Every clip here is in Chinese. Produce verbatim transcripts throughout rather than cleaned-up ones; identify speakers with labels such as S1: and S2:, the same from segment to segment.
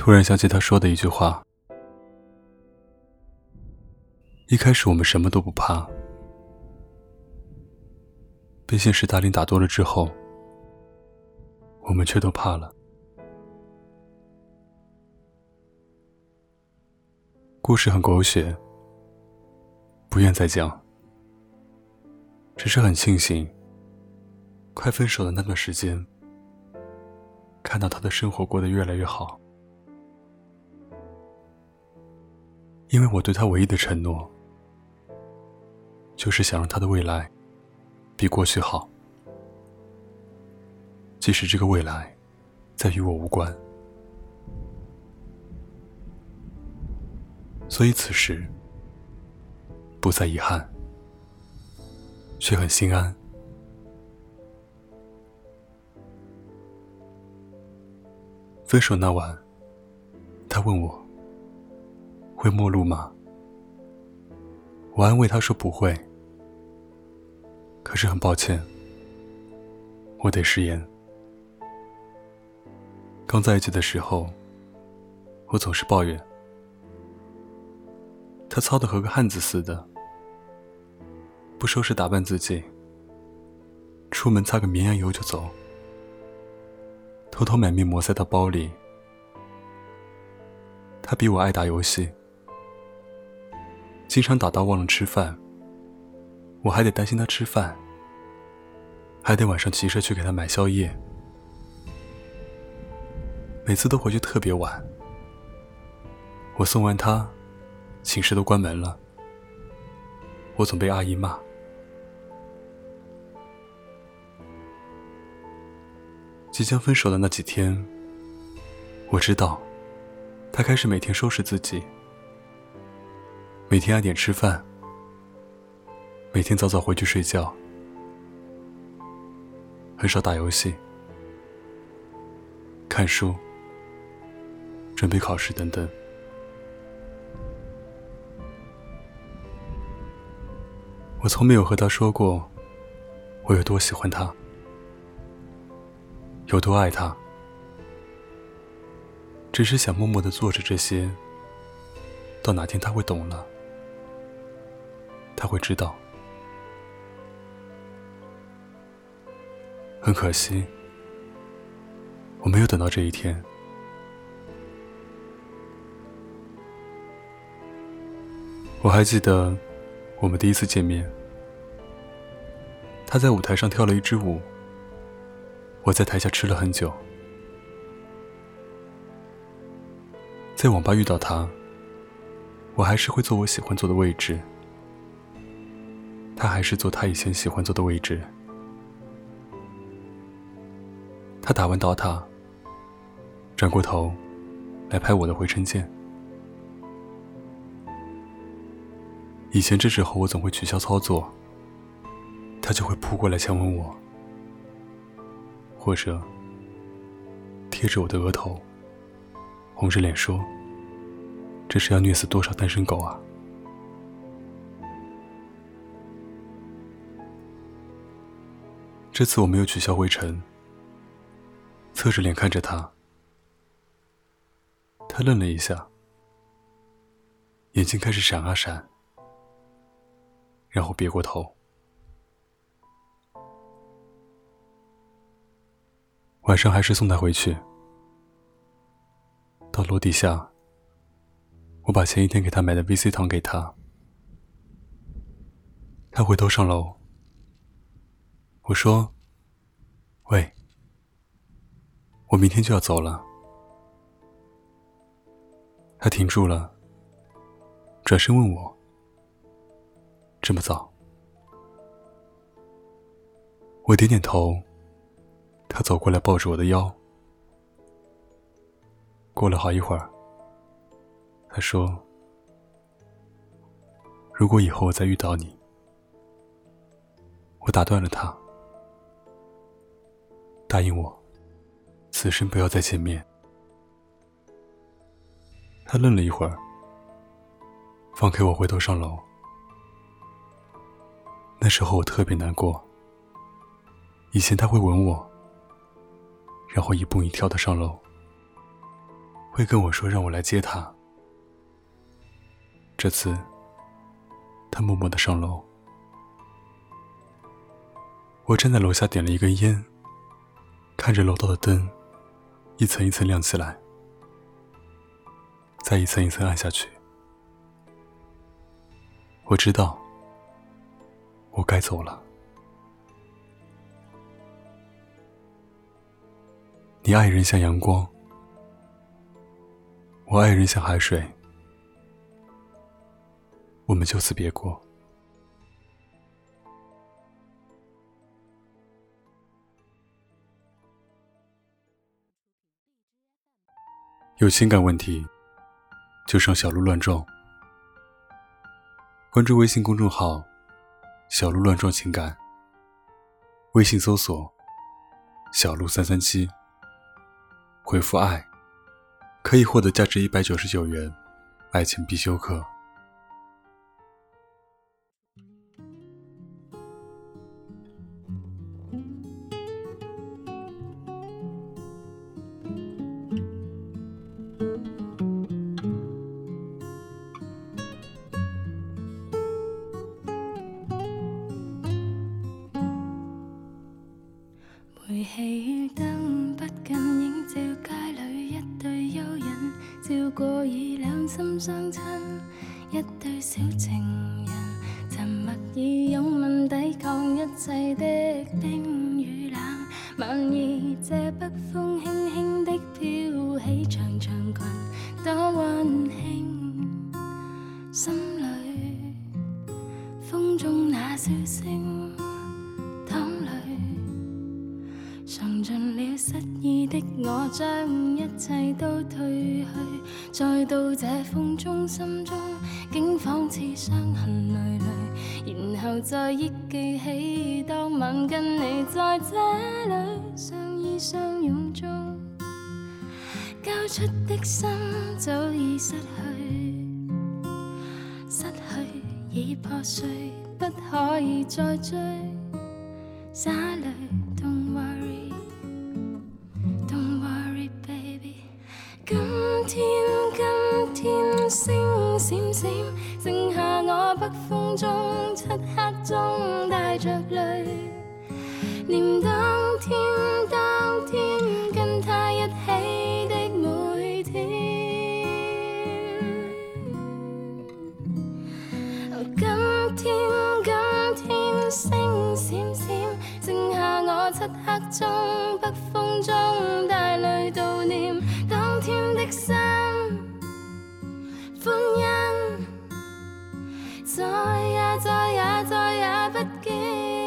S1: 突然想起他说的一句话，一开始我们什么都不怕，被现实打脸打多了之后，我们却都怕了。故事很狗血，不愿再讲，只是很庆幸快分手的那段时间，看到他的生活过得越来越好。因为我对他唯一的承诺，就是想让他的未来比过去好，即使这个未来再与我无关。所以此时不再遗憾，却很心安。分手那晚，他问我会陌路吗？我安慰他说不会，可是很抱歉，我得食言。刚在一起的时候，我总是抱怨他糙得和个汉子似的，不收拾打扮自己，出门擦个绵羊油就走，偷偷买面膜塞到包里。他比我爱打游戏，经常打到忘了吃饭，我还得担心他吃饭，还得晚上骑车去给他买宵夜，每次都回去特别晚。我送完他，寝室都关门了，我总被阿姨骂。即将分手的那几天，我知道他开始每天收拾自己，每天按点吃饭，每天早早回去睡觉，很少打游戏、看书、准备考试等等。我从没有和他说过我有多喜欢他，有多爱他，只是想默默地做着这些，到哪天他会懂了，他会知道。很可惜，我没有等到这一天。我还记得我们第一次见面，他在舞台上跳了一支舞，我在台下吃了很久。在网吧遇到他，我还是会坐我喜欢坐的位置，他还是坐他以前喜欢坐的位置。他打完刀塔，转过头来拍我的回程键。以前这时候我总会取消操作，他就会扑过来强吻我，或者贴着我的额头，红着脸说：“这是要虐死多少单身狗啊！”这次我没有取消回程，侧着脸看着他，他愣了一下，眼睛开始闪啊闪，然后别过头。晚上还是送他回去，到楼底下，我把前一天给他买的 V C 糖给他，他回头上楼，我说：“喂，我明天就要走了。”他停住了，转身问我：“这么早？”我点点头，他走过来抱着我的腰。过了好一会儿，他说：“如果以后我再遇到你……”我打断了他，答应我，此生不要再见面。他愣了一会儿，放开我回头上楼。那时候我特别难过，以前他会吻我，然后一蹦一跳的上楼， 会跟我说让我来接他。这次他默默地上楼，我站在楼下点了一根烟，看着楼道的灯一层一层亮起来，再一层一层暗下去。我知道我该走了。你爱人像阳光，我爱人像海水，我们就此别过。有情感问题就上小鹿乱撞，关注微信公众号小鹿乱撞情感，微信搜索小鹿三三七，回复爱可以获得价值一百九十九元爱情必修课。
S2: 煤氣燈不近映照街裏一對幽人，照過已兩心相親，一對小情人，沉默以擁吻抵抗一切的冰與冷。晚意這北風輕輕的飄起長長裙，多溫馨，心裏風中那笑聲。嘗盡了失意的我，將一切都褪去，再到這風中心中，竟仿似傷痕累累，然後再憶記起當晚跟你在這裏相依相擁中，交出的心早已失去，失去已破碎，不可以再追，灑淚。Don't worry, don't worry, baby。今天，今天星閃閃，剩下我北風中漆黑中帶着淚，念當天，當天跟他一起的每天。今天，今天星閃閃。剩下我漆黑中，北風中帶淚悼念當天的心，歡欣，再也再也再也不見，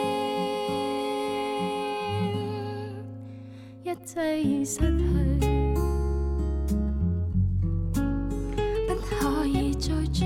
S2: 一切已失去，不可以再追。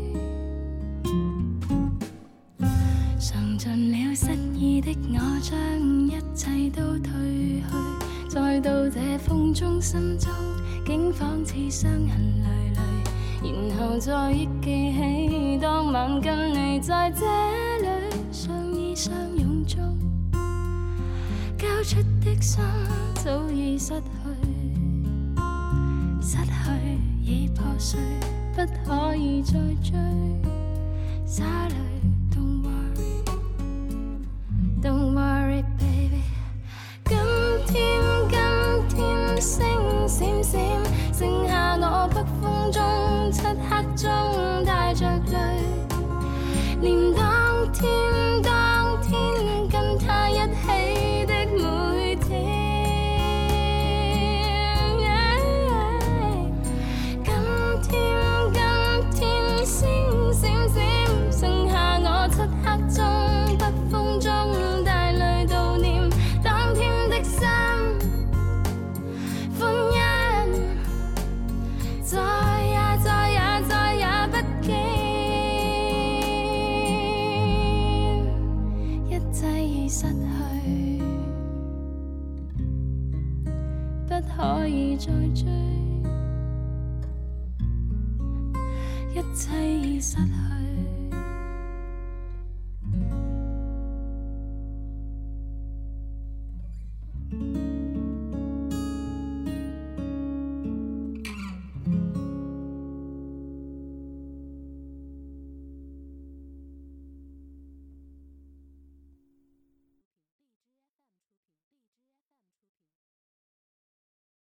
S2: 嘗盡了失意的我，將一切都褪去，再到這風中心中，竟仿似傷痕累累，然後再憶記起當晚跟你在這裏相依相擁中，交出的心早已失去，失去已破碎，不可以再追，灑淚。Don't worry, baby。 今天，今天星閃閃，剩下我北風中漆黑中帶着淚，念當天，當天跟他一起的每天。今天，今天星閃閃，剩下我漆黑中北風中。失去，不可以再追，一切已失去。